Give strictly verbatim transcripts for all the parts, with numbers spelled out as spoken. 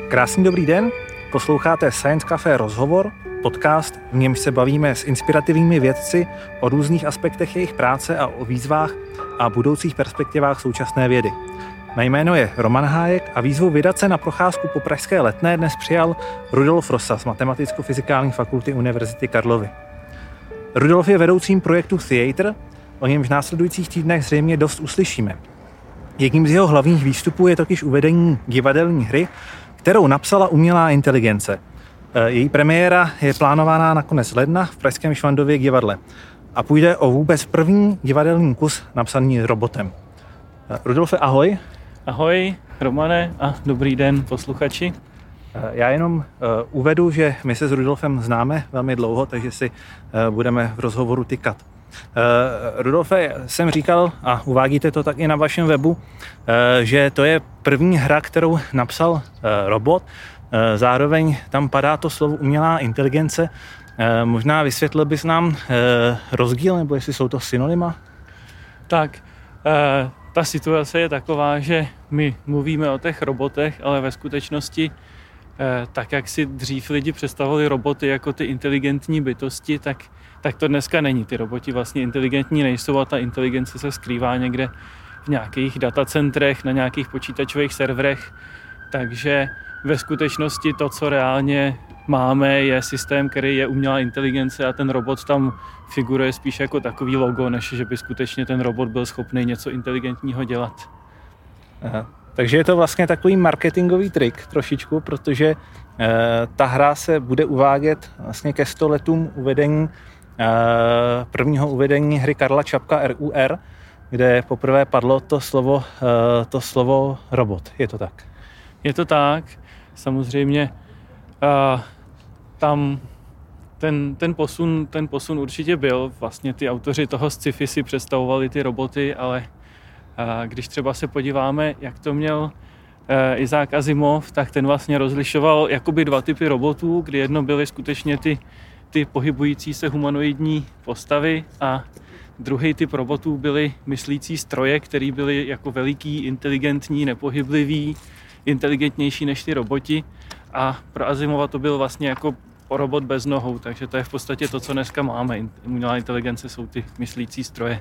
Krásný dobrý den, posloucháte Science Café Rozhovor, podcast, v němž se bavíme s inspirativními vědci o různých aspektech jejich práce a o výzvách a budoucích perspektivách současné vědy. Mé jméno je Roman Hájek a výzvu vydat se na procházku po pražské Letné dnes přijal Rudolf Rosa z Matematicko-fyzikální fakulty Univerzity Karlovy. Rudolf je vedoucím projektu Theater, o němž v následujících týdnech zřejmě dost uslyšíme. Jedním z jeho hlavních výstupů je totiž uvedení divadelní hry, kterou napsala umělá inteligence. Její premiéra je plánovaná na konec ledna v pražském Švandově divadle a půjde o vůbec první divadelní kus napsaný robotem. Rudolfe, ahoj. Ahoj, Romane, a dobrý den, posluchači. Já jenom uh, uvedu, že my se s Rudolfem známe velmi dlouho, takže si uh, budeme v rozhovoru tykat. Uh, Rudolfe, jsem říkal, a uvádíte to tak i na vašem webu, uh, že to je první hra, kterou napsal uh, robot. Uh, zároveň tam padá to slovo umělá inteligence. Uh, možná vysvětlil bys nám uh, rozdíl, nebo jestli jsou to synonyma? Tak, uh, ta situace je taková, že my mluvíme o těch robotech, ale ve skutečnosti uh, tak, jak si dřív lidi představovali roboty jako ty inteligentní bytosti, tak tak to dneska není. Ty roboti vlastně inteligentní nejsou a ta inteligence se skrývá někde v nějakých datacentrech, na nějakých počítačových serverech. Takže ve skutečnosti to, co reálně máme, je systém, který je umělá inteligence a ten robot tam figuruje spíš jako takový logo, než že by skutečně ten robot byl schopný něco inteligentního dělat. Aha. Takže je to vlastně takový marketingový trik trošičku, protože e, ta hra se bude uvádět vlastně ke sto letům uvedení prvního uvedení hry Karla Čapka R U R, kde poprvé padlo to slovo, to slovo robot. Je to tak? Je to tak. Samozřejmě tam ten, ten, posun, ten posun určitě byl. Vlastně ty autoři toho sci-fi si představovali ty roboty, ale když třeba se podíváme, jak to měl Isaac Asimov, tak ten vlastně rozlišoval jakoby dva typy robotů, kdy jedno byly skutečně ty ty pohybující se humanoidní postavy a druhý typ robotů byly myslící stroje, které byly jako veliký, inteligentní, nepohyblivý, inteligentnější než ty roboti a pro Asimova to byl vlastně jako robot bez nohou, takže to je v podstatě to, co dneska máme. Umělá inteligence jsou ty myslící stroje.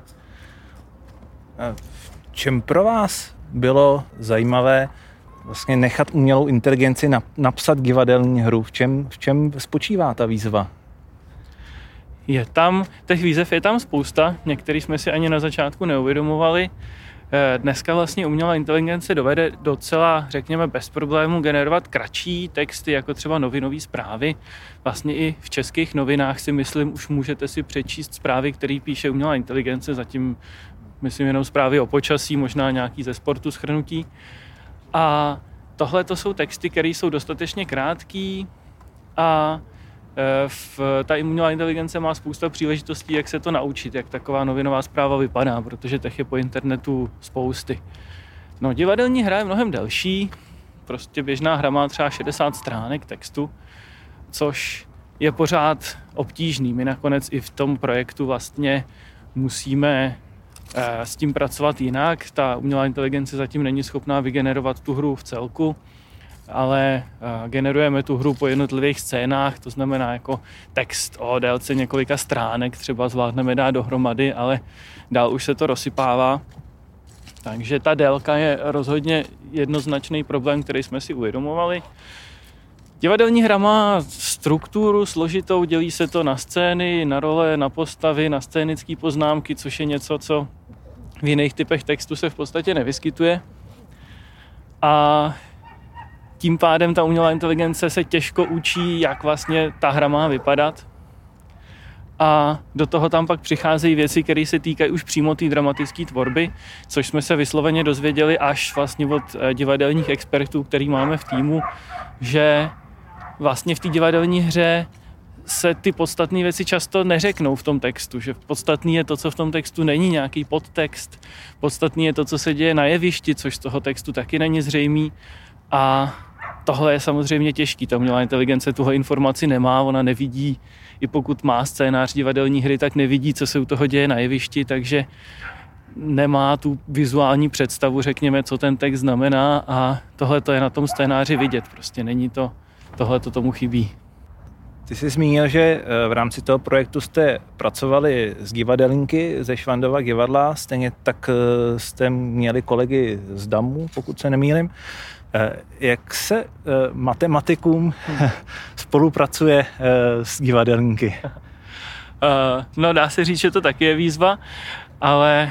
V čem pro vás bylo zajímavé vlastně nechat umělou inteligenci napsat divadelní hru? V čem, v čem spočívá ta výzva? Je tam, těch výzev je tam spousta, některý jsme si ani na začátku neuvědomovali. Dneska vlastně umělá inteligence dovede docela, řekněme, bez problémů generovat kratší texty, jako třeba novinové zprávy. Vlastně i v českých novinách si myslím, už můžete si přečíst zprávy, které píše umělá inteligence, zatím myslím jenom zprávy o počasí, možná nějaký ze sportu shrnutí. A tohle to jsou texty, které jsou dostatečně krátký a V, ta umělá inteligence má spousta příležitostí, jak se to naučit, jak taková novinová zpráva vypadá, protože těch je po internetu spousty. No, divadelní hra je mnohem delší, prostě běžná hra má třeba šedesát stránek textu, což je pořád obtížný. My nakonec i v tom projektu vlastně musíme eh, s tím pracovat jinak. Ta umělá inteligence zatím není schopná vygenerovat tu hru v celku, ale generujeme tu hru po jednotlivých scénách, to znamená jako text o délce několika stránek třeba zvládneme dát dohromady, ale dál už se to rozsypává. Takže ta délka je rozhodně jednoznačný problém, který jsme si uvědomovali. Divadelní hra má strukturu složitou, dělí se to na scény, na role, na postavy, na scénické poznámky, což je něco, co v jiných typech textu se v podstatě nevyskytuje. A tím pádem ta umělá inteligence se těžko učí, jak vlastně ta hra má vypadat. A do toho tam pak přicházejí věci, které se týkají už přímo té dramatické tvorby, což jsme se vysloveně dozvěděli až vlastně od divadelních expertů, který máme v týmu, že vlastně v té divadelní hře se ty podstatné věci často neřeknou v tom textu, že podstatný je to, co v tom textu není, nějaký podtext, podstatný je to, co se děje na jevišti, což z toho textu taky není zřejmý. A tohle je samozřejmě těžký. Ta umělá inteligence tuhle informaci nemá, ona nevidí, i pokud má scénář divadelní hry, tak nevidí, co se u toho děje na jevišti, takže nemá tu vizuální představu, řekněme, co ten text znamená a tohle to je na tom scénáři vidět. Prostě není to, tohle to tomu chybí. Ty jsi zmínil, že v rámci toho projektu jste pracovali s divadelníky ze Švandova divadla, stejně tak jste měli kolegy z DAMu, pokud se nemýlím. Jak se matematikům spolupracuje s divadelníky? No dá se říct, že to taky je výzva, ale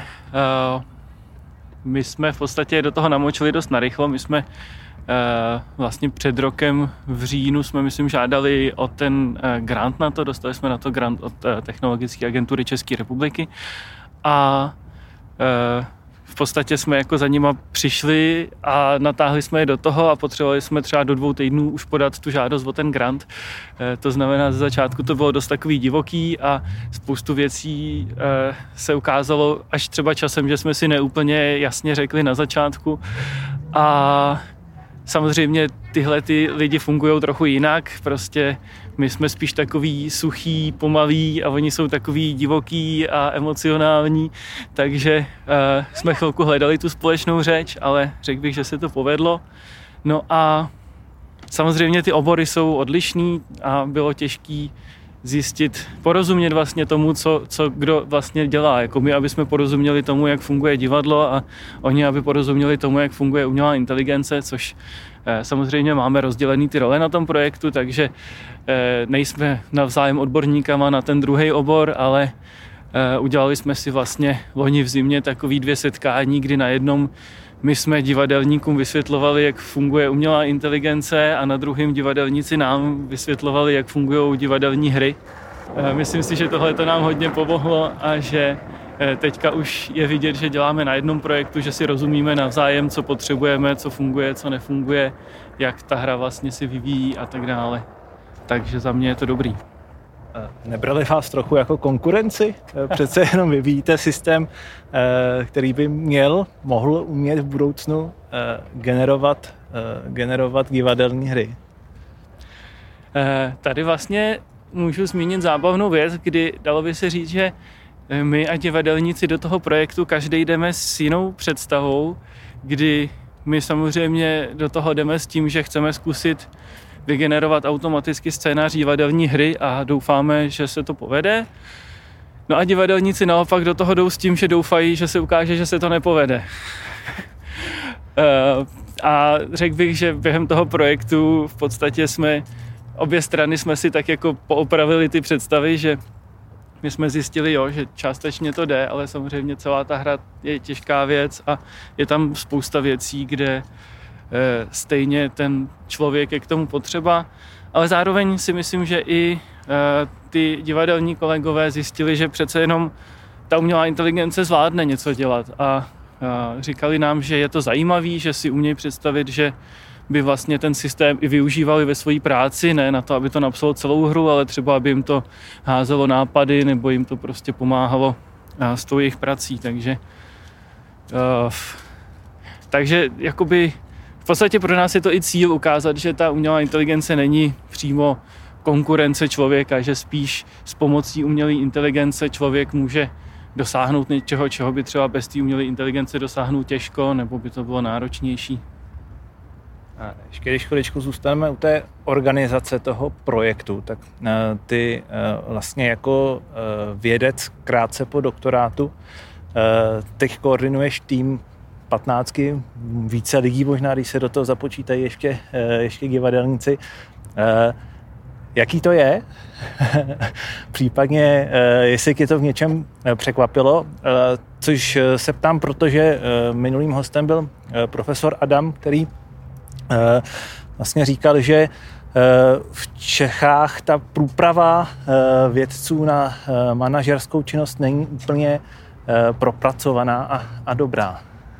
my jsme v podstatě do toho namočili dost narychlo. My jsme vlastně před rokem v říjnu jsme, myslím, žádali o ten grant na to, dostali jsme na to grant od Technologické agentury České republiky a v podstatě jsme jako za nima přišli a natáhli jsme je do toho a potřebovali jsme třeba do dvou týdnů už podat tu žádost o ten grant. To znamená, ze začátku to bylo dost takový divoký a spoustu věcí se ukázalo až třeba časem, že jsme si neúplně jasně řekli na začátku a samozřejmě tyhle ty lidi fungují trochu jinak, prostě my jsme spíš takový suchý, pomalý a oni jsou takový divoký a emocionální, takže uh, jsme chvilku hledali tu společnou řeč, ale řekl bych, že se to povedlo. No a samozřejmě ty obory jsou odlišný a bylo těžký zjistit, porozumět vlastně tomu, co, co kdo vlastně dělá. Jako my, aby jsme porozuměli tomu, jak funguje divadlo a oni, aby porozuměli tomu, jak funguje umělá inteligence, což eh, samozřejmě máme rozdělený ty role na tom projektu, takže eh, nejsme navzájem odborníkama na ten druhý obor, ale eh, udělali jsme si vlastně loni v zimě takový dvě setkání, kdy na jednom my jsme divadelníkům vysvětlovali, jak funguje umělá inteligence a na druhém divadelníci nám vysvětlovali, jak fungují divadelní hry. Myslím si, že tohle to nám hodně pomohlo a že teďka už je vidět, že děláme na jednom projektu, že si rozumíme navzájem, co potřebujeme, co funguje, co nefunguje, jak ta hra vlastně si vyvíjí a tak dále. Takže za mě je to dobrý. Nebrali vás trochu jako konkurenci? Přece jenom vyvíjíte systém, který by měl, mohl umět v budoucnu generovat, generovat divadelní hry. Tady vlastně můžu zmínit zábavnou věc, kdy dalo by se říct, že my a divadelníci do toho projektu každý jdeme s jinou představou, kdy my samozřejmě do toho jdeme s tím, že chceme zkusit vygenerovat automaticky scénář divadelní hry a doufáme, že se to povede. No a divadelníci naopak do toho jdou s tím, že doufají, že se ukáže, že se to nepovede. A řekl bych, že během toho projektu v podstatě jsme, obě strany jsme si tak jako poopravili ty představy, že my jsme zjistili, jo, že částečně to jde, ale samozřejmě celá ta hra je těžká věc a je tam spousta věcí, kde stejně ten člověk je k tomu potřeba, ale zároveň si myslím, že i ty divadelní kolegové zjistili, že přece jenom ta umělá inteligence zvládne něco dělat a říkali nám, že je to zajímavý, že si umějí představit, že by vlastně ten systém i využívali ve své práci, ne na to, aby to napsalo celou hru, ale třeba, aby jim to házelo nápady nebo jim to prostě pomáhalo s tou jejich prací, takže takže jakoby v podstatě pro nás je to i cíl ukázat, že ta umělá inteligence není přímo konkurence člověka, že spíš s pomocí umělé inteligence člověk může dosáhnout něčeho, čeho by třeba bez té umělé inteligence dosáhnout těžko, nebo by to bylo náročnější. A ještě když chviličku zůstaneme u té organizace toho projektu, tak ty vlastně jako vědec krátce po doktorátu teď koordinuješ tým patnáctky, více lidí možná, když se do toho započítají ještě, ještě divadelníci. Jaký to je? Případně, jestli tě to v něčem překvapilo, což se ptám, protože minulým hostem byl profesor Adam, který vlastně říkal, že v Čechách ta průprava vědců na manažerskou činnost není úplně propracovaná a, a dobrá.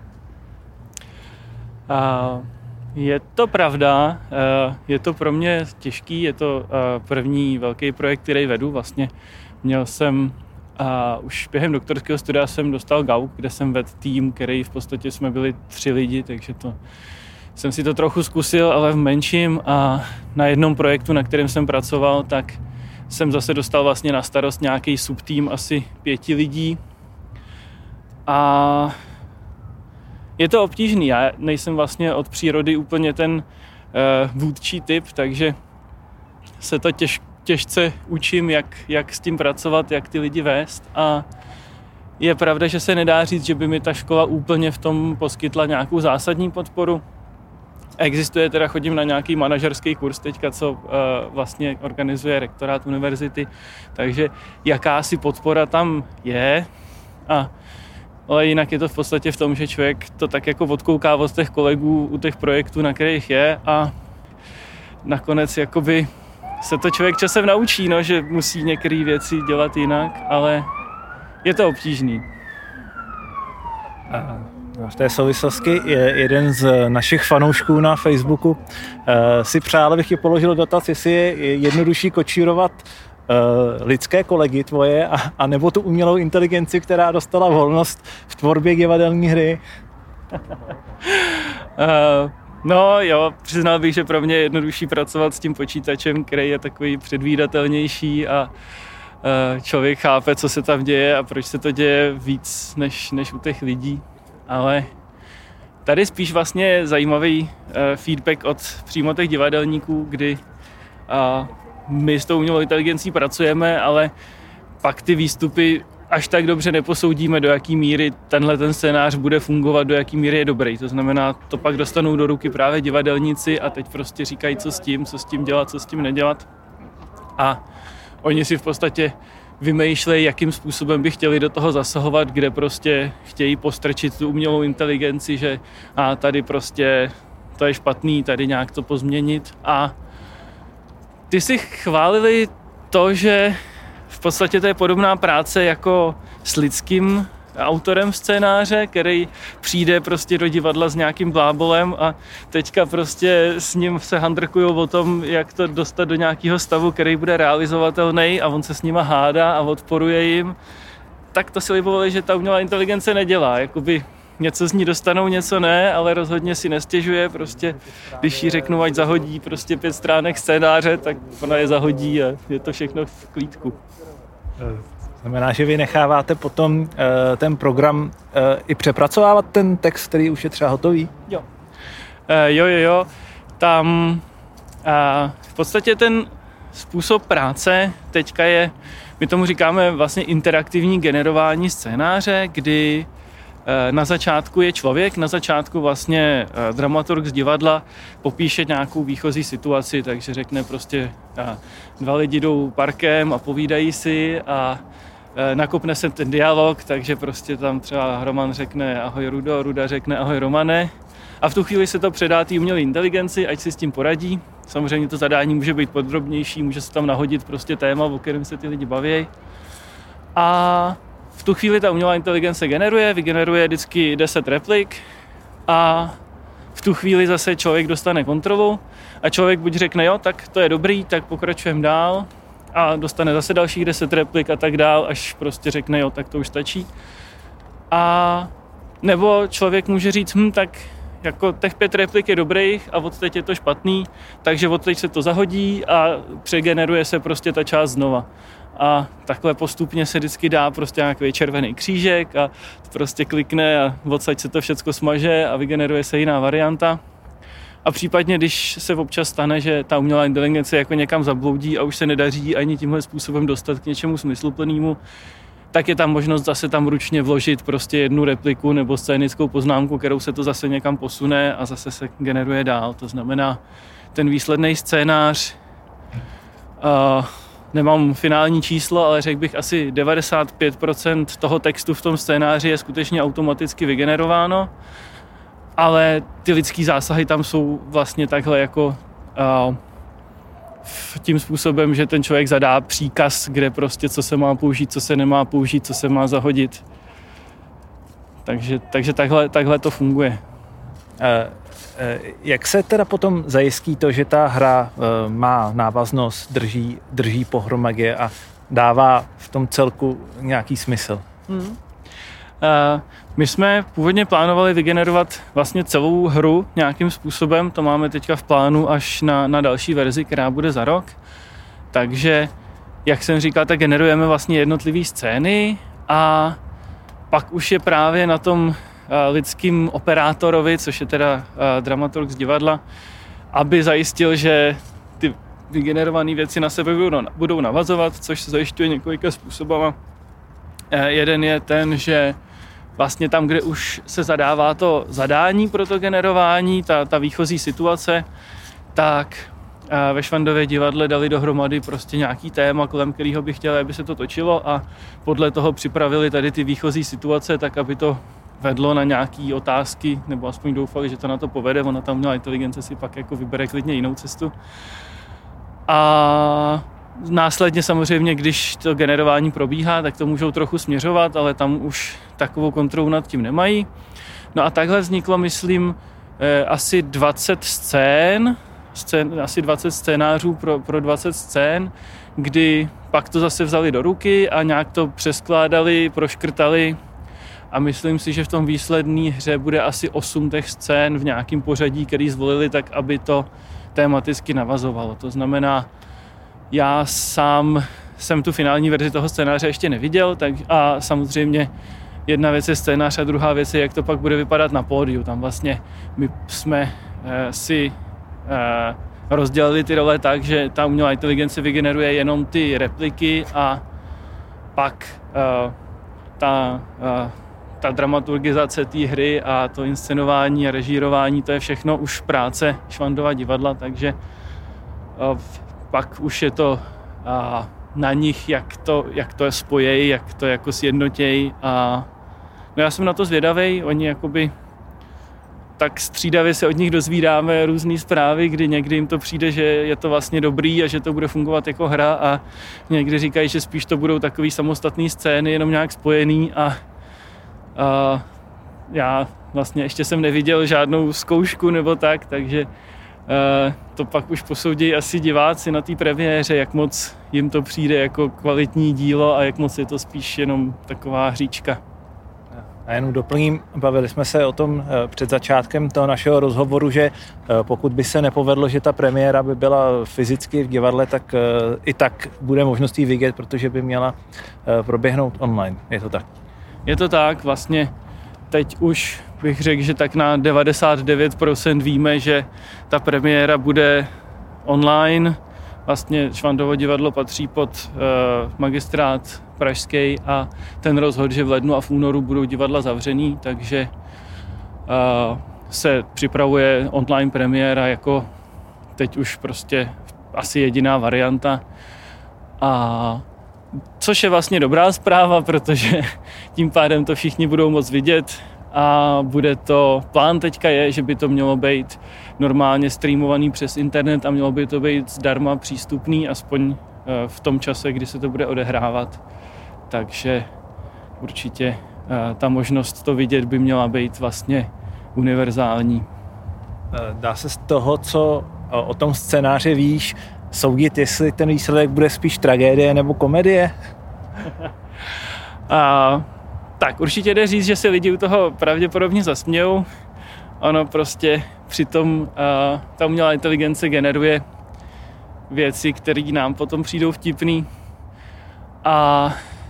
Uh, je to pravda, uh, je to pro mě těžký, je to uh, první velký projekt, který vedu. Vlastně měl jsem, uh, už během doktorského studia jsem dostal GAUK, kde jsem vedl tým, který v podstatě jsme byli tři lidi, takže to jsem si to trochu zkusil, ale v menším a na jednom projektu, na kterém jsem pracoval, tak jsem zase dostal vlastně na starost nějaký subtým asi pěti lidí. A je to obtížný, já nejsem vlastně od přírody úplně ten uh, vůdčí typ, takže se to těž, těžce učím, jak, jak s tím pracovat, jak ty lidi vést a je pravda, že se nedá říct, že by mi ta škola úplně v tom poskytla nějakou zásadní podporu. Existuje teda, chodím na nějaký manažerský kurz teďka, co uh, vlastně organizuje rektorát univerzity, takže jakási podpora tam je, a, ale jinak je to v podstatě v tom, že člověk to tak jako odkouká od těch kolegů u těch projektů, na kterých je a nakonec jakoby se to člověk časem naučí, no, že musí některé věci dělat jinak, ale je to obtížný. V té souvislosti je jeden z našich fanoušků na Facebooku si přál, abych ti položil dotaz, jestli je jednodušší kočírovat lidské kolegy tvoje a, a nebo tu umělou inteligenci, která dostala volnost v tvorbě divadelní hry. uh, no jo, přiznal bych, že pro mě je jednodušší pracovat s tím počítačem, který je takový předvídatelnější a uh, člověk chápe, co se tam děje a proč se to děje víc než, než u těch lidí. Ale tady spíš vlastně zajímavý uh, feedback od přímo těch divadelníků, kdy uh, my s tou umělou inteligencí pracujeme, ale pak ty výstupy až tak dobře neposoudíme, do jaký míry tenhle ten scénář bude fungovat, do jaký míry je dobrý. To znamená, to pak dostanou do ruky právě divadelníci a teď prostě říkají, co s tím, co s tím dělat, co s tím nedělat. A oni si v podstatě vymýšlejí, jakým způsobem by chtěli do toho zasahovat, kde prostě chtějí postrčit tu umělou inteligenci, že a tady prostě to je špatný, tady nějak to pozměnit. A ty si chválili to, že v podstatě to je podobná práce jako s lidským autorem scénáře, který přijde prostě do divadla s nějakým blábolem a teďka prostě s ním se handrkujou o tom, jak to dostat do nějakého stavu, který bude realizovatelný a on se s nima hádá a odporuje jim. Tak to si libovali, že ta umělá inteligence nedělá. Jakoby něco z ní dostanou, něco ne, ale rozhodně si nestěžuje. Prostě, když jí řeknu, ať zahodí prostě pět stránek scénáře, tak ona je zahodí a je to všechno v klídku. Znamená, že vy necháváte potom uh, ten program uh, i přepracovávat ten text, který už je třeba hotový? Jo. Uh, jo, jo, jo. Tam uh, v podstatě ten způsob práce teďka je, my tomu říkáme vlastně interaktivní generování scénáře, kdy na začátku je člověk, na začátku vlastně dramaturg z divadla popíše nějakou výchozí situaci, takže řekne prostě dva lidi jdou parkem a povídají si a nakopne se ten dialog, takže prostě tam třeba Roman řekne ahoj Rudo, Ruda řekne ahoj Romane a v tu chvíli se to předá té umělé inteligenci, ať si s tím poradí. Samozřejmě to zadání může být podrobnější, může se tam nahodit prostě téma, o kterém se ty lidi baví. A v tu chvíli ta umělá inteligence generuje, vygeneruje vždycky deset replik a v tu chvíli zase člověk dostane kontrolu a člověk buď řekne jo, tak to je dobrý, tak pokračujeme dál a dostane zase dalších deset replik a tak dál, až prostě řekne jo, tak to už stačí. A nebo člověk může říct, hm, tak jako těch pět replik je dobrých a od teď je to špatný, takže od teď se to zahodí a přegeneruje se prostě ta část znova. A takhle postupně se vždycky dá prostě nějaký červený křížek a prostě klikne a odsaď se to všecko smaže a vygeneruje se jiná varianta. A případně, když se občas stane, že ta umělá inteligence jako někam zabloudí a už se nedaří ani tímhle způsobem dostat k něčemu smysluplnému, tak je tam možnost zase tam ručně vložit prostě jednu repliku nebo scénickou poznámku, kterou se to zase někam posune a zase se generuje dál. To znamená, ten výsledný scénář, uh, nemám finální číslo, ale řekl bych asi devadesát pět procent toho textu v tom scénáři je skutečně automaticky vygenerováno, ale ty lidský zásahy tam jsou vlastně takhle jako uh, tím způsobem, že ten člověk zadá příkaz, kde prostě co se má použít, co se nemá použít, co se má zahodit. Takže, takže takhle, takhle to funguje. Uh, Jak se teda potom zajistí to, že ta hra má návaznost, drží, drží pohromadě a dává v tom celku nějaký smysl? Hmm. Uh, my jsme původně plánovali vygenerovat vlastně celou hru nějakým způsobem, to máme teďka v plánu až na, na další verzi, která bude za rok. Takže, jak jsem říkal, tak generujeme vlastně jednotlivé scény a pak už je právě na tom lidským operátorovi, což je teda dramaturg z divadla, aby zajistil, že ty vygenerované věci na sebe budou navazovat, což se zajišťuje několika způsobama. Jeden je ten, že vlastně tam, kde už se zadává to zadání pro to generování, ta, ta výchozí situace, tak ve Švandově divadle dali dohromady prostě nějaký téma, kolem kterého by chtěli, aby se to točilo a podle toho připravili tady ty výchozí situace, tak aby to vedlo na nějaké otázky, nebo aspoň doufali, že to na to povede. Ona tam měla inteligence, si pak jako vybere klidně jinou cestu. A následně samozřejmě, když to generování probíhá, tak to můžou trochu směřovat, ale tam už takovou kontrolu nad tím nemají. No a takhle vzniklo, myslím, asi dvacet scén, scén asi dvacet scénářů pro, pro dvacet scén, kdy pak to zase vzali do ruky a nějak to přeskládali, proškrtali. A myslím si, že v tom výsledné hře bude asi osm těch scén v nějakém pořadí, který zvolili tak, aby to tematicky navazovalo. To znamená, já sám jsem tu finální verzi toho scénáře ještě neviděl, tak a samozřejmě jedna věc je scénář a druhá věc je, jak to pak bude vypadat na pódiu. Tam vlastně my jsme eh, si eh, rozdělili ty role tak, že ta umělá inteligence vygeneruje jenom ty repliky a pak eh, ta eh, ta dramaturgizace té hry a to inscenování a režírování, to je všechno už práce Švandova divadla, takže pak už je to na nich, jak to, jak to spojejí, jak to jako sjednotějí. A no já jsem na to zvědavej, oni jakoby tak střídavě se od nich dozvídáme různé zprávy, kdy někdy jim to přijde, že je to vlastně dobrý a že to bude fungovat jako hra a někdy říkají, že spíš to budou takový samostatný scény, jenom nějak spojený a Uh, já vlastně ještě jsem neviděl žádnou zkoušku nebo tak, takže uh, to pak už posoudí asi diváci na té premiéře, jak moc jim to přijde jako kvalitní dílo a jak moc je to spíš jenom taková hříčka. A jenom doplním, bavili jsme se o tom před začátkem toho našeho rozhovoru, že pokud by se nepovedlo, že ta premiéra by byla fyzicky v divadle, tak i tak bude možnost ji vidět, protože by měla proběhnout online. Je to tak? Je to tak, vlastně teď už bych řekl, že tak na devadesát devět procent víme, že ta premiéra bude online. Vlastně Švandovo divadlo patří pod uh, magistrát pražský a ten rozhodl, že v lednu a v únoru budou divadla zavřený, takže uh, se připravuje online premiéra jako teď už prostě asi jediná varianta. A což je vlastně dobrá zpráva, protože tím pádem to všichni budou moct vidět a bude to, plán teďka je, že by to mělo být normálně streamovaný přes internet a mělo by to být zdarma přístupný, aspoň v tom čase, kdy se to bude odehrávat. Takže určitě ta možnost to vidět by měla být vlastně univerzální. Dá se z toho, co o tom scénáři víš, soudit, jestli ten výsledek bude spíš tragédie nebo komedie? A, tak určitě jde říct, že si lidi u toho pravděpodobně zasmějou. Ono prostě přitom a, ta umělá inteligence generuje věci, které nám potom přijdou vtipný. A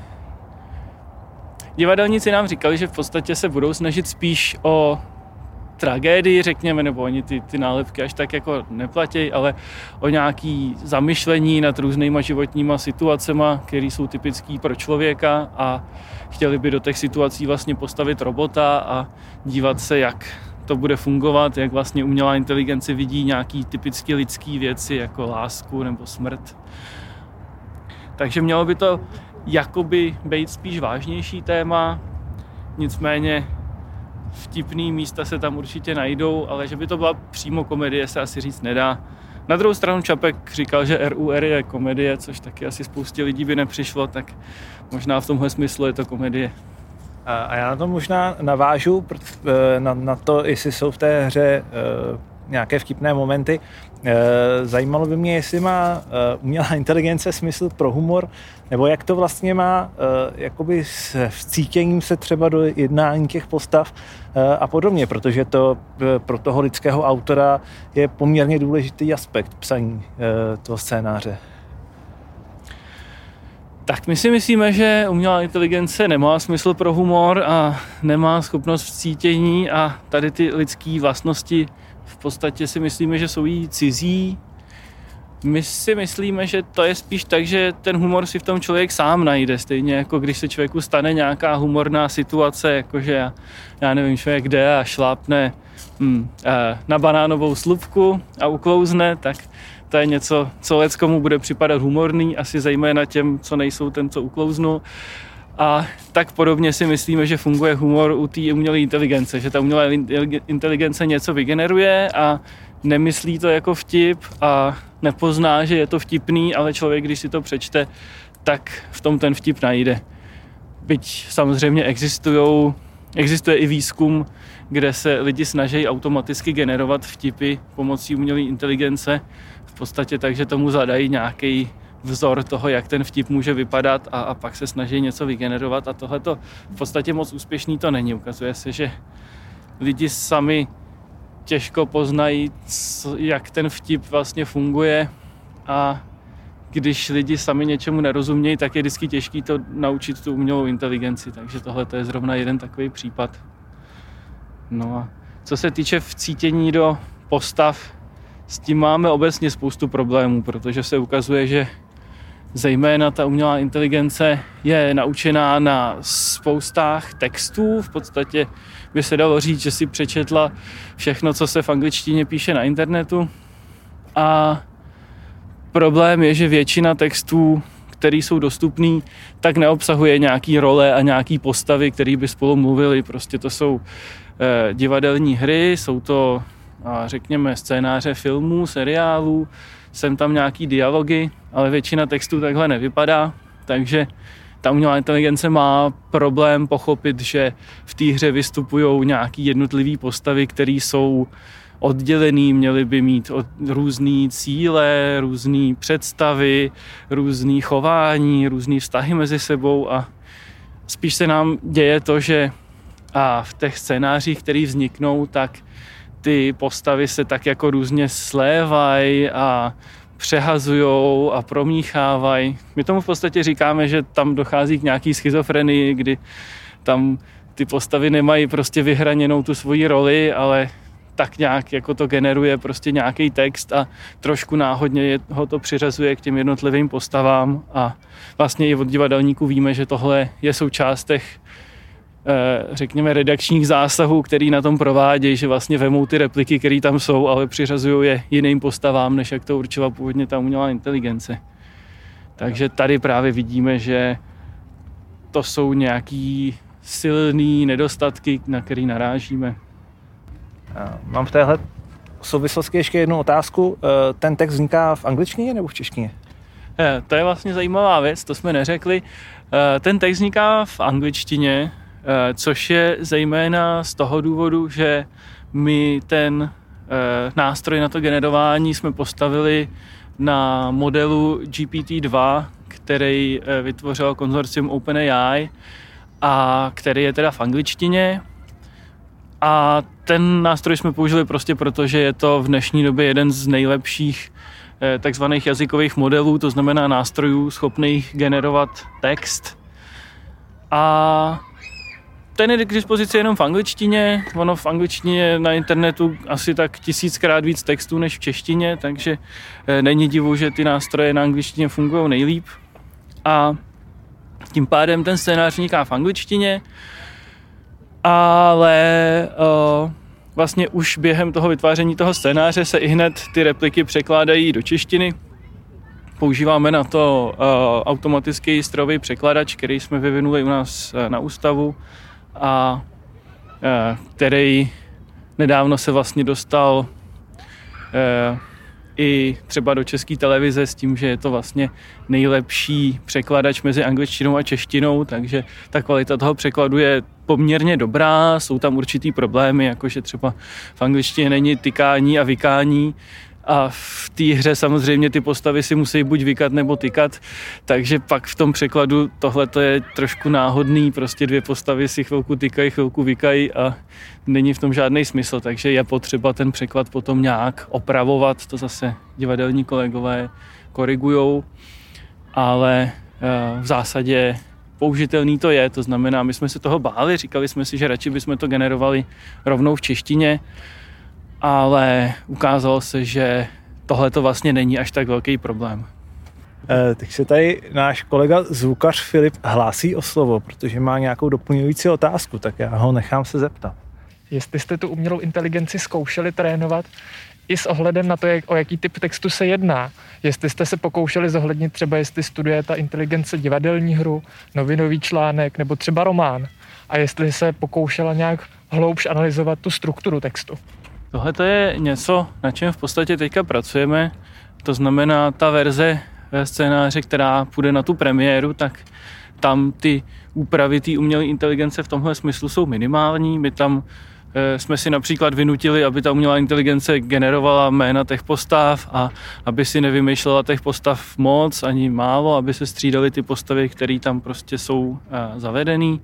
divadelníci nám říkali, že v podstatě se budou snažit spíš o tragédii, řekněme, nebo oni ty, ty nálepky až tak jako neplatí, ale o nějaký zamyšlení nad různýma životníma situacema, které jsou typické pro člověka a chtěli by do těch situací vlastně postavit robota a dívat se, jak to bude fungovat, jak vlastně umělá inteligence vidí nějaký typicky lidský věci, jako lásku nebo smrt. Takže mělo by to jakoby být spíš vážnější téma, nicméně vtipný místa se tam určitě najdou, ale že by to byla přímo komedie, se asi říct nedá. Na druhou stranu Čapek říkal, že R U R je komedie, což taky asi spoustě lidí by nepřišlo, tak možná v tomhle smyslu je to komedie. A já na to možná navážu na, na to, jestli jsou v té hře nějaké vtipné momenty. Zajímalo by mě, jestli má umělá inteligence smysl pro humor, nebo jak to vlastně má jakoby s vcítěním se třeba do jednání těch postav a podobně, protože to pro toho lidského autora je poměrně důležitý aspekt psaní toho scénáře. Tak my si myslíme, že umělá inteligence nemá smysl pro humor a nemá schopnost cítění a tady ty lidské vlastnosti v podstatě si myslíme, že jsou jí cizí. My si myslíme, že to je spíš tak, že ten humor si v tom člověk sám najde, stejně jako když se člověku stane nějaká humorná situace, jakože já, já nevím, člověk jde a šlápne hm, na banánovou slupku a uklouzne, tak to je něco, co leckomu bude připadat humorný, asi zejména těm, co nejsou ten, co uklouznul. A tak podobně si myslíme, že funguje humor u té umělé inteligence, že ta umělá inteligence něco vygeneruje a nemyslí to jako vtip a nepozná, že je to vtipný, ale člověk, když si to přečte, tak v tom ten vtip najde. Byť samozřejmě existujou, existuje i výzkum, kde se lidi snaží automaticky generovat vtipy pomocí umělé inteligence, v podstatě tak, že tomu zadají nějaký vzor toho, jak ten vtip může vypadat a, a pak se snaží něco vygenerovat a tohleto v podstatě moc úspěšný to není. Ukazuje se, že lidi sami těžko poznají, jak ten vtip vlastně funguje a když lidi sami něčemu nerozumějí, tak je vždycky těžký to naučit tu umělou inteligenci, takže tohle je zrovna jeden takový případ. No a co se týče vcítění do postav, s tím máme obecně spoustu problémů, protože se ukazuje, že zejména ta umělá inteligence je naučená na spoustách textů. V podstatě by se dalo říct, že si přečetla všechno, co se v angličtině píše na internetu. A problém je, že většina textů, které jsou dostupné, tak neobsahuje nějaký role a nějaký postavy, které by spolu mluvily. Prostě to jsou eh, divadelní hry, jsou to, a řekněme, scénáře filmů, seriálů, jsem tam nějaký dialogy, ale většina textů takhle nevypadá, takže ta umělá inteligence má problém pochopit, že v té hře vystupují nějaký jednotlivý postavy, které jsou oddělený, měly by mít různý cíle, různý představy, různý chování, různý vztahy mezi sebou a spíš se nám děje to, že a v těch scénářích, které vzniknou, tak ty postavy se tak jako různě slévají a přehazujou a promíchávají. My tomu v podstatě říkáme, že tam dochází k nějaký schizofrenii, kdy tam ty postavy nemají prostě vyhraněnou tu svoji roli, ale tak nějak jako to generuje prostě nějaký text a trošku náhodně ho to přiřazuje k těm jednotlivým postavám a vlastně i od divadelníků víme, že tohle je součást těch řekněme redakčních zásahů, který na tom provádějí, že vlastně vemou ty repliky, které tam jsou, ale přiřazují je jiným postavám, než jak to určila původně ta umělá inteligence. Takže tady právě vidíme, že to jsou nějaký silný nedostatky, na který narážíme. Mám v téhle souvislosti ještě jednu otázku. Ten text vzniká v angličtině nebo v češtině? To je vlastně zajímavá věc, to jsme neřekli. Ten text vzniká v angličtině, což je zejména z toho důvodu, že my ten nástroj na to generování jsme postavili na modelu G P T dva, který vytvořil konzorcium OpenAI a který je teda v angličtině. A ten nástroj jsme použili prostě proto, že je to v dnešní době jeden z nejlepších takzvaných jazykových modelů, to znamená nástrojů schopných generovat text. A ten je k dispozici jenom v angličtině, ono v angličtině na internetu asi tak tisíckrát víc textů než v češtině, takže není divu, že ty nástroje na angličtině fungují nejlíp. A tím pádem ten scénář vzniká v angličtině, ale o, vlastně už během toho vytváření toho scénáře se i hned ty repliky překládají do češtiny. Používáme na to o, automatický strojový překladač, který jsme vyvinuli u nás na ústavu a e, který nedávno se vlastně dostal e, i třeba do České televize s tím, že je to vlastně nejlepší překladač mezi angličtinou a češtinou, takže ta kvalita toho překladu je poměrně dobrá, jsou tam určitý problémy, jakože třeba v angličtině není tykání a vykání a v té hře samozřejmě ty postavy si musí buď vykat nebo tykat, takže pak v tom překladu tohle je trošku náhodný, prostě dvě postavy si chvilku tykají, chvilku vykají a není v tom žádný smysl, takže je potřeba ten překlad potom nějak opravovat, to zase divadelní kolegové korigujou, ale v zásadě použitelný to je, to znamená, my jsme se toho báli, říkali jsme si, že radši bychom to generovali rovnou v češtině, ale ukázalo se, že tohle to vlastně není až tak velký problém. E, tak se tady náš kolega zvukař Filip hlásí o slovo, protože má nějakou doplňující otázku, tak já ho nechám se zeptat. Jestli jste tu umělou inteligenci zkoušeli trénovat i s ohledem na to, jak, o jaký typ textu se jedná. Jestli jste se pokoušeli zohlednit třeba, jestli studuje ta inteligence divadelní hru, novinový článek nebo třeba román. A jestli se pokoušela nějak hloubš analyzovat tu strukturu textu. Tohle je něco, na čem v podstatě teďka pracujeme. To znamená, ta verze scénáře, která půjde na tu premiéru, tak tam ty úpravy té umělé inteligence v tomhle smyslu jsou minimální. My tam e, jsme si například vynutili, aby ta umělá inteligence generovala jména těch postav a aby si nevymýšlela těch postav moc ani málo, aby se střídaly ty postavy, které tam prostě jsou e, zavedený.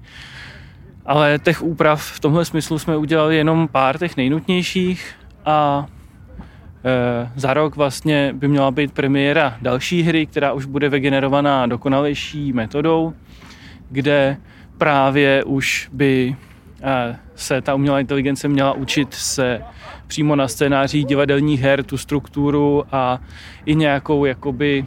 Ale těch úprav v tomhle smyslu jsme udělali jenom pár těch nejnutnějších a e, za rok vlastně by měla být premiéra další hry, která už bude vygenerovaná dokonalejší metodou, kde právě už by e, se ta umělá inteligence měla učit se přímo na scénářích divadelních her tu strukturu a i nějakou jakoby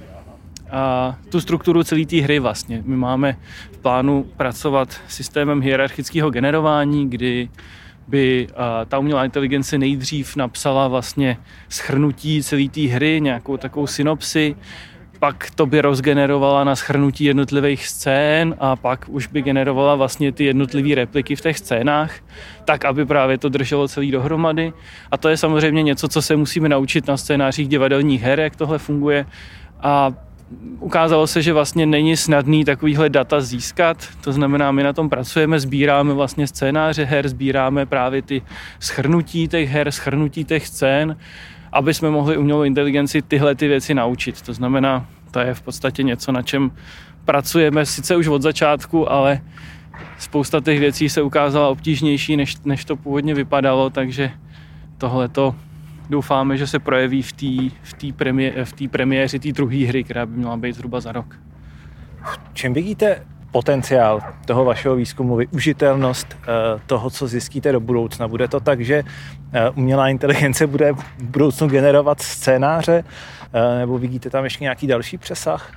a tu strukturu celé té hry vlastně. My máme v plánu pracovat systémem hierarchického generování, kdy by ta umělá inteligence nejdřív napsala vlastně shrnutí celé té hry, nějakou takovou synopsi, pak to by rozgenerovala na shrnutí jednotlivých scén a pak už by generovala vlastně ty jednotlivé repliky v těch scénách, tak aby právě to drželo celý dohromady. A to je samozřejmě něco, co se musíme naučit na scénářích divadelních her, jak tohle funguje. A ukázalo se, že vlastně není snadný takovýhle data získat, to znamená, my na tom pracujeme, sbíráme vlastně scénáře her, sbíráme právě ty shrnutí těch her, shrnutí těch scén, aby jsme mohli umělou inteligenci tyhle ty věci naučit. To znamená, to je v podstatě něco, na čem pracujeme sice už od začátku, ale spousta těch věcí se ukázala obtížnější, než, než to původně vypadalo, takže tohleto doufáme, že se projeví v té v té premié, v té premiéře té druhé hry, která by měla být zhruba za rok. Čím vidíte potenciál toho vašeho výzkumu, využitelnost toho, co zjistíte do budoucna? Bude to tak, že umělá inteligence bude v budoucnu generovat scénáře, nebo vidíte tam ještě nějaký další přesah?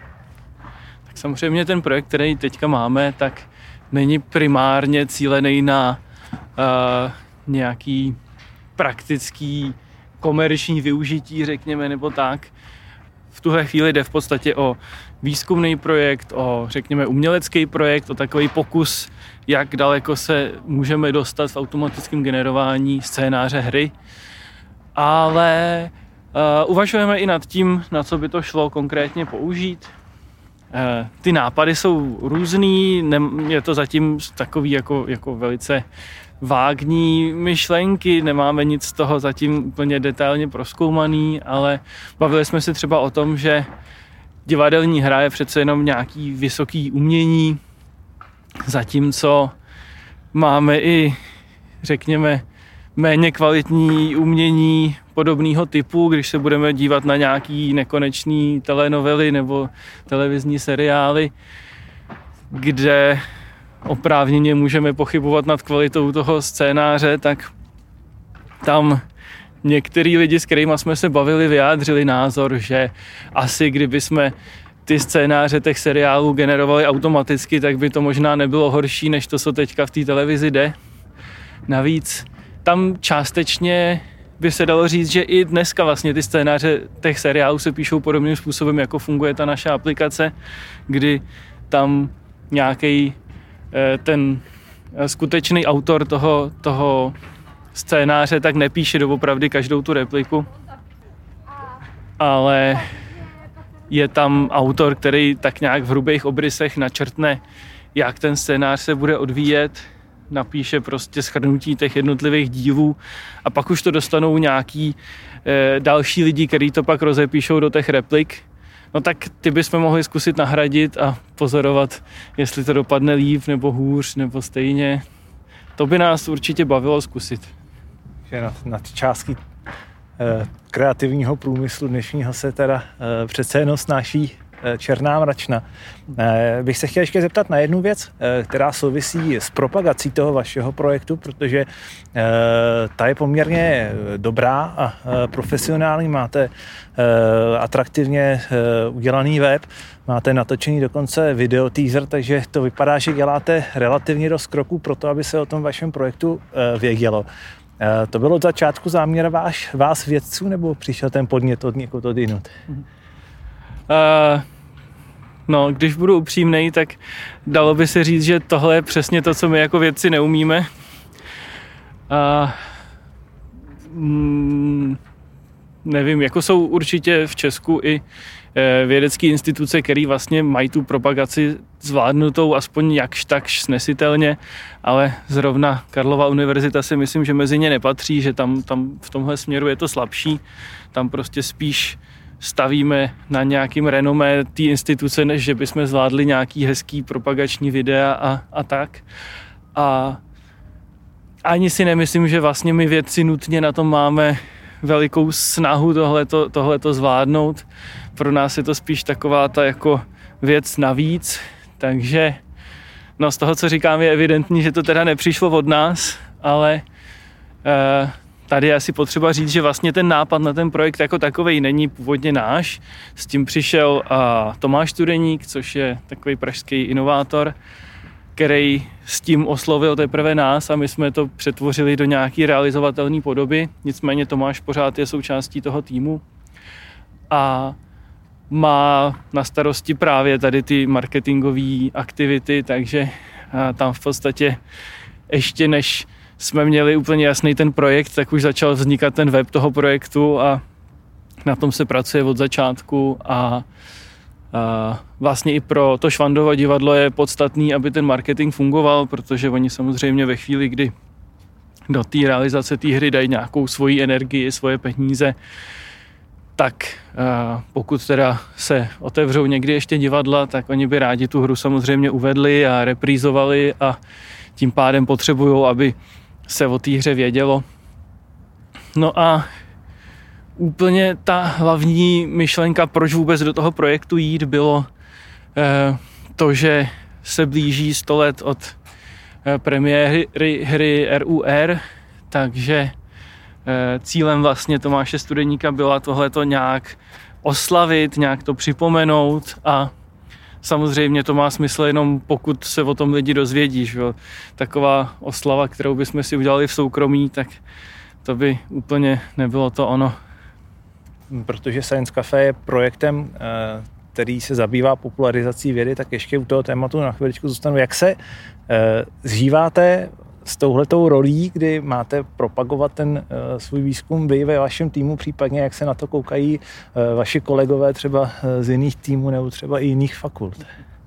Tak samozřejmě ten projekt, který teďka máme, tak není primárně cílený na uh, nějaký praktický komerční využití, řekněme, nebo tak. V tuhle chvíli jde v podstatě o výzkumný projekt, o, řekněme, umělecký projekt, o takový pokus, jak daleko se můžeme dostat v automatickém generování scénáře hry. Ale uh, uvažujeme i nad tím, na co by to šlo konkrétně použít. Uh, ty nápady jsou různý, ne, je to zatím takový jako, jako velice vágní myšlenky, nemáme nic z toho zatím úplně detailně prozkoumaný, ale bavili jsme se třeba o tom, že divadelní hra je přece jenom nějaký vysoký umění, zatímco máme i, řekněme, méně kvalitní umění podobného typu, když se budeme dívat na nějaký nekonečný telenovely nebo televizní seriály, kde oprávněně můžeme pochybovat nad kvalitou toho scénáře, tak tam některý lidi, s kterými jsme se bavili, vyjádřili názor, že asi kdyby jsme ty scénáře těch seriálů generovali automaticky, tak by to možná nebylo horší, než to, co teďka v té televizi jde. Navíc tam částečně by se dalo říct, že i dneska vlastně ty scénáře těch seriálů se píšou podobným způsobem, jako funguje ta naše aplikace, kdy tam nějaký ten skutečný autor toho, toho scénáře tak nepíše doopravdy každou tu repliku, ale je tam autor, který tak nějak v hrubých obrysech načrtne, jak ten scénář se bude odvíjet, napíše prostě shrnutí těch jednotlivých dílů a pak už to dostanou nějaký e, další lidi, kteří to pak rozepíšou do těch replik. No tak ty bychom mohli zkusit nahradit a pozorovat, jestli to dopadne líp nebo hůř nebo stejně. To by nás určitě bavilo zkusit. Že nad, nad částky eh, kreativního průmyslu dnešního se teda eh, přece jenom snáší černá mračna. Bych se chtěl ještě zeptat na jednu věc, která souvisí s propagací toho vašeho projektu, protože ta je poměrně dobrá a profesionální. Máte atraktivně udělaný web, máte natočený dokonce video teaser, takže to vypadá, že děláte relativně dost kroků pro to, aby se o tom vašem projektu vědělo. To bylo od začátku záměr váš, vás vědců, nebo přišel ten podnět od někoho odjinud? Uh, no, když budu upřímnej, tak dalo by se říct, že tohle je přesně to, co my jako vědci neumíme. Uh, mm, nevím, jako jsou určitě v Česku i vědecké instituce, které vlastně mají tu propagaci zvládnutou aspoň jakž takž snesitelně, ale zrovna Karlova univerzita si myslím, že mezi ně nepatří, že tam, tam v tomhle směru je to slabší. Tam prostě spíš stavíme na nějakým renomé té instituce, než že bychom zvládli nějaký hezký propagační videa a, a tak. A ani si nemyslím, že vlastně my vědci nutně na tom máme velikou snahu tohleto, tohleto zvládnout. Pro nás je to spíš taková ta jako věc navíc, takže no z toho, co říkám, je evidentní, že to teda nepřišlo od nás, ale eh, tady je asi potřeba říct, že vlastně ten nápad na ten projekt jako takovej není původně náš. S tím přišel a Tomáš Studeník, což je takový pražský inovátor, který s tím oslovil teprve nás a my jsme to přetvořili do nějaký realizovatelné podoby. Nicméně Tomáš pořád je součástí toho týmu a má na starosti právě tady ty marketingové aktivity, takže tam v podstatě ještě než jsme měli úplně jasný ten projekt, tak už začal vznikat ten web toho projektu a na tom se pracuje od začátku a A vlastně i pro to Švandovo divadlo je podstatný, aby ten marketing fungoval, protože oni samozřejmě ve chvíli, kdy do té realizace té hry dají nějakou svoji energii, svoje peníze, tak pokud teda se otevřou někdy ještě divadla, tak oni by rádi tu hru samozřejmě uvedli a reprízovali a tím pádem potřebují, aby se o té hře vědělo. No a úplně ta hlavní myšlenka, proč vůbec do toho projektu jít, bylo eh, to, že se blíží sto let od eh, premiéry hry R U R, takže eh, cílem vlastně Tomáše Studeníka byla tohleto nějak oslavit, nějak to připomenout a samozřejmě to má smysl jenom pokud se o tom lidi dozvědí. Že? Taková oslava, kterou bychom si udělali v soukromí, tak to by úplně nebylo to ono. Protože Science Café je projektem, který se zabývá popularizací vědy, tak ještě u toho tématu na chviličku zůstanu. Jak se zžíváte s touhletou rolí, kdy máte propagovat ten svůj výzkum vy ve vašem týmu, případně jak se na to koukají vaši kolegové třeba z jiných týmů nebo třeba i jiných fakult?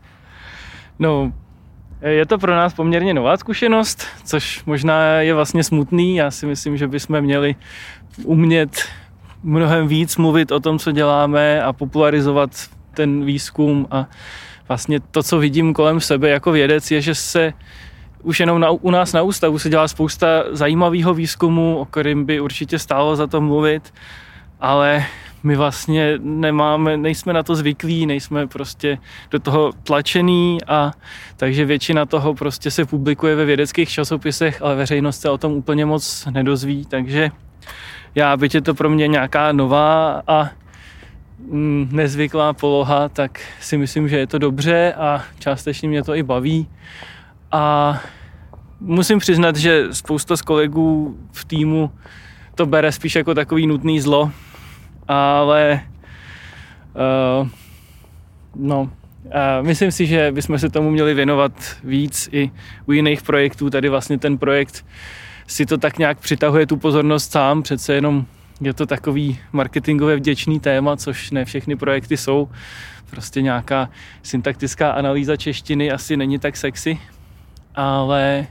No, je to pro nás poměrně nová zkušenost, což možná je vlastně smutný. Já si myslím, že bychom měli umět mnohem víc mluvit o tom, co děláme a popularizovat ten výzkum a vlastně to, co vidím kolem sebe jako vědec, je, že se už jenom na, u nás na ústavu se dělá spousta zajímavého výzkumu, o kterém by určitě stálo za to mluvit, ale my vlastně nemáme, nejsme na to zvyklí, nejsme prostě do toho tlačený a takže většina toho prostě se publikuje ve vědeckých časopisech, ale veřejnost se o tom úplně moc nedozví, takže já, byť je to pro mě nějaká nová a mm, nezvyklá poloha, tak si myslím, že je to dobře a částečně mě to i baví. A musím přiznat, že spousta z kolegů v týmu to bere spíš jako takový nutný zlo, ale uh, no, uh, myslím si, že bychom se tomu měli věnovat víc i u jiných projektů. Tady vlastně ten projekt si to tak nějak přitahuje tu pozornost sám, přece jenom je to takový marketingově vděčný téma, což ne všechny projekty jsou. Prostě nějaká syntaktická analýza češtiny asi není tak sexy, ale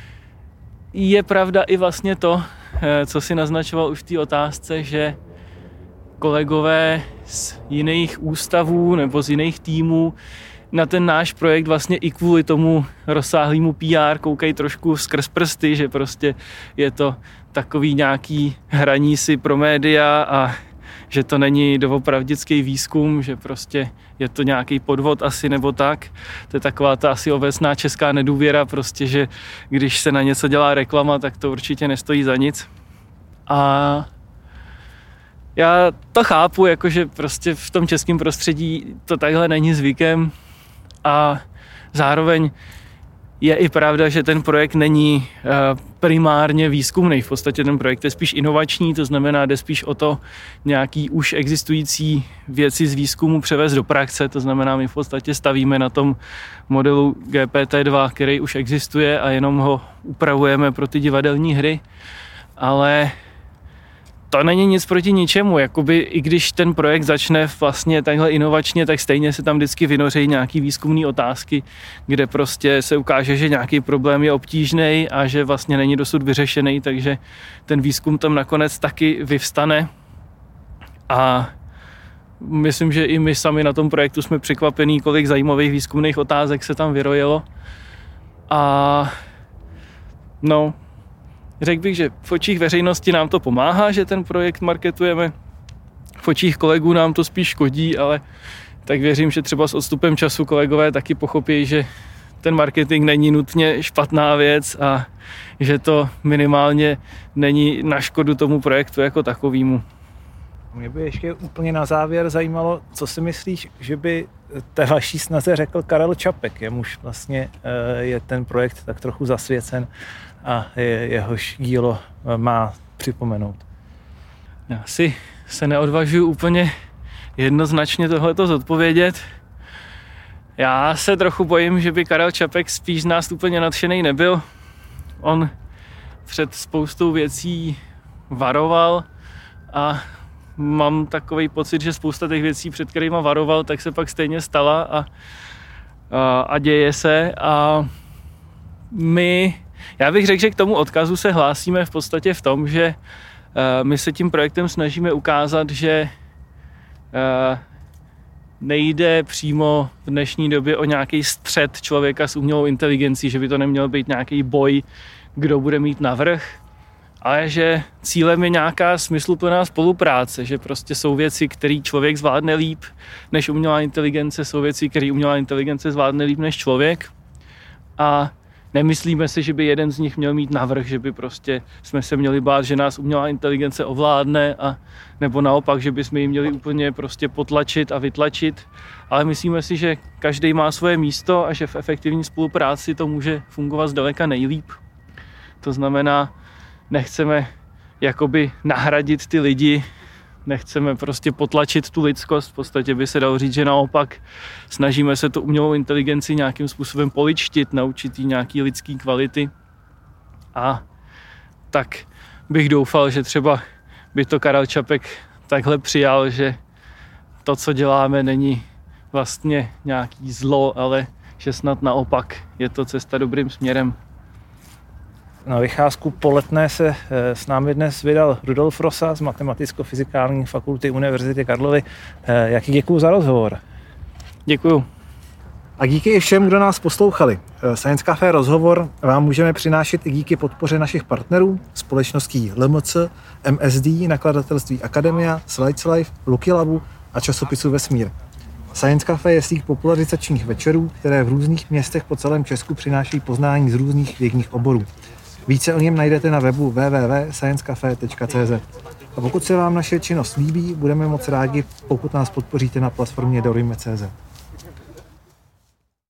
je pravda i vlastně to, co si naznačoval už v té otázce, že kolegové z jiných ústavů nebo z jiných týmů na ten náš projekt vlastně i kvůli tomu rozsáhlému P R koukají trošku skrz prsty, že prostě je to takový nějaký hraní si pro média a že to není doopravdický výzkum, že prostě je to nějaký podvod asi nebo tak. To je taková ta asi obecná česká nedůvěra, prostě, že když se na něco dělá reklama, tak to určitě nestojí za nic. A já to chápu, jakože prostě v tom českém prostředí to takhle není zvykem a zároveň je i pravda, že ten projekt není primárně výzkumný. V podstatě ten projekt je spíš inovační, to znamená, jde spíš o to nějaký už existující věci z výzkumu převést do praxe. To znamená, my v podstatě stavíme na tom modelu G P T dva, který už existuje a jenom ho upravujeme pro ty divadelní hry. Ale to není nic proti ničemu, jakoby i když ten projekt začne vlastně takhle inovačně, tak stejně se tam vždycky vynoří nějaký výzkumný otázky, kde prostě se ukáže, že nějaký problém je obtížný a že vlastně není dosud vyřešený, takže ten výzkum tam nakonec taky vyvstane. A myslím, že i my sami na tom projektu jsme překvapení, kolik zajímavých výzkumných otázek se tam vyrojilo. A no, řekl bych, že v očích veřejnosti nám to pomáhá, že ten projekt marketujeme. V očích kolegů nám to spíš škodí, ale tak věřím, že třeba s odstupem času kolegové taky pochopí, že ten marketing není nutně špatná věc a že to minimálně není na škodu tomu projektu jako takovému. Mě by ještě úplně na závěr zajímalo, co si myslíš, že by té vaší snaze řekl Karel Čapek, jemuž vlastně je ten projekt tak trochu zasvěcen a jehož dílo má připomenout. Já si se neodvažuji úplně jednoznačně tohleto zodpovědět. Já se trochu bojím, že by Karel Čapek spíš z nás úplně nadšený nebyl. On před spoustou věcí varoval a mám takový pocit, že spousta těch věcí, před kterýma varoval, tak se pak stejně stala a, a, a děje se. A my, já bych řekl, že k tomu odkazu se hlásíme v podstatě v tom, že uh, my se tím projektem snažíme ukázat, že uh, nejde přímo v dnešní době o nějaký střet člověka s umělou inteligencí, že by to neměl být nějaký boj, kdo bude mít navrch, ale že cílem je nějaká smysluplná spolupráce, že prostě jsou věci, které člověk zvládne líp než umělá inteligence, jsou věci, které umělá inteligence zvládne líp než člověk a nemyslíme si, že by jeden z nich měl mít navrch, že by prostě jsme se měli bát, že nás umělá inteligence ovládne a nebo naopak, že bychom ji měli úplně prostě potlačit a vytlačit, ale myslíme si, že každý má svoje místo a že v efektivní spolupráci to může fungovat zdaleka nejlíp. To znamená, nechceme jakoby nahradit ty lidi, nechceme prostě potlačit tu lidskost, v podstatě by se dalo říct, že naopak snažíme se tu umělou inteligenci nějakým způsobem poličtit, naučit jí nějaký lidský kvality a tak bych doufal, že třeba by to Karel Čapek takhle přijal, že to, co děláme, není vlastně nějaký zlo, ale že snad naopak je to cesta dobrým směrem. Na vycházku po Letné se s námi dnes vydal Rudolf Rosa z Matematicko-fyzikální fakulty Univerzity Karlovy. Jaký děkuju za rozhovor. Děkuju. A díky i všem, kdo nás poslouchali. Science Café rozhovor vám můžeme přinášet i díky podpoře našich partnerů, společností L M C, M S D, nakladatelství Akademia, Slides Life, Lucky Labu a časopisu Vesmír. Science Café je síť popularizačních večerů, které v různých městech po celém Česku přináší poznání z různých vědních oborů. Více o něm najdete na webu w w w tečka science cafe tečka c z. A pokud se vám naše činnost líbí, budeme moc rádi, pokud nás podpoříte na platformě Dorime tečka c z.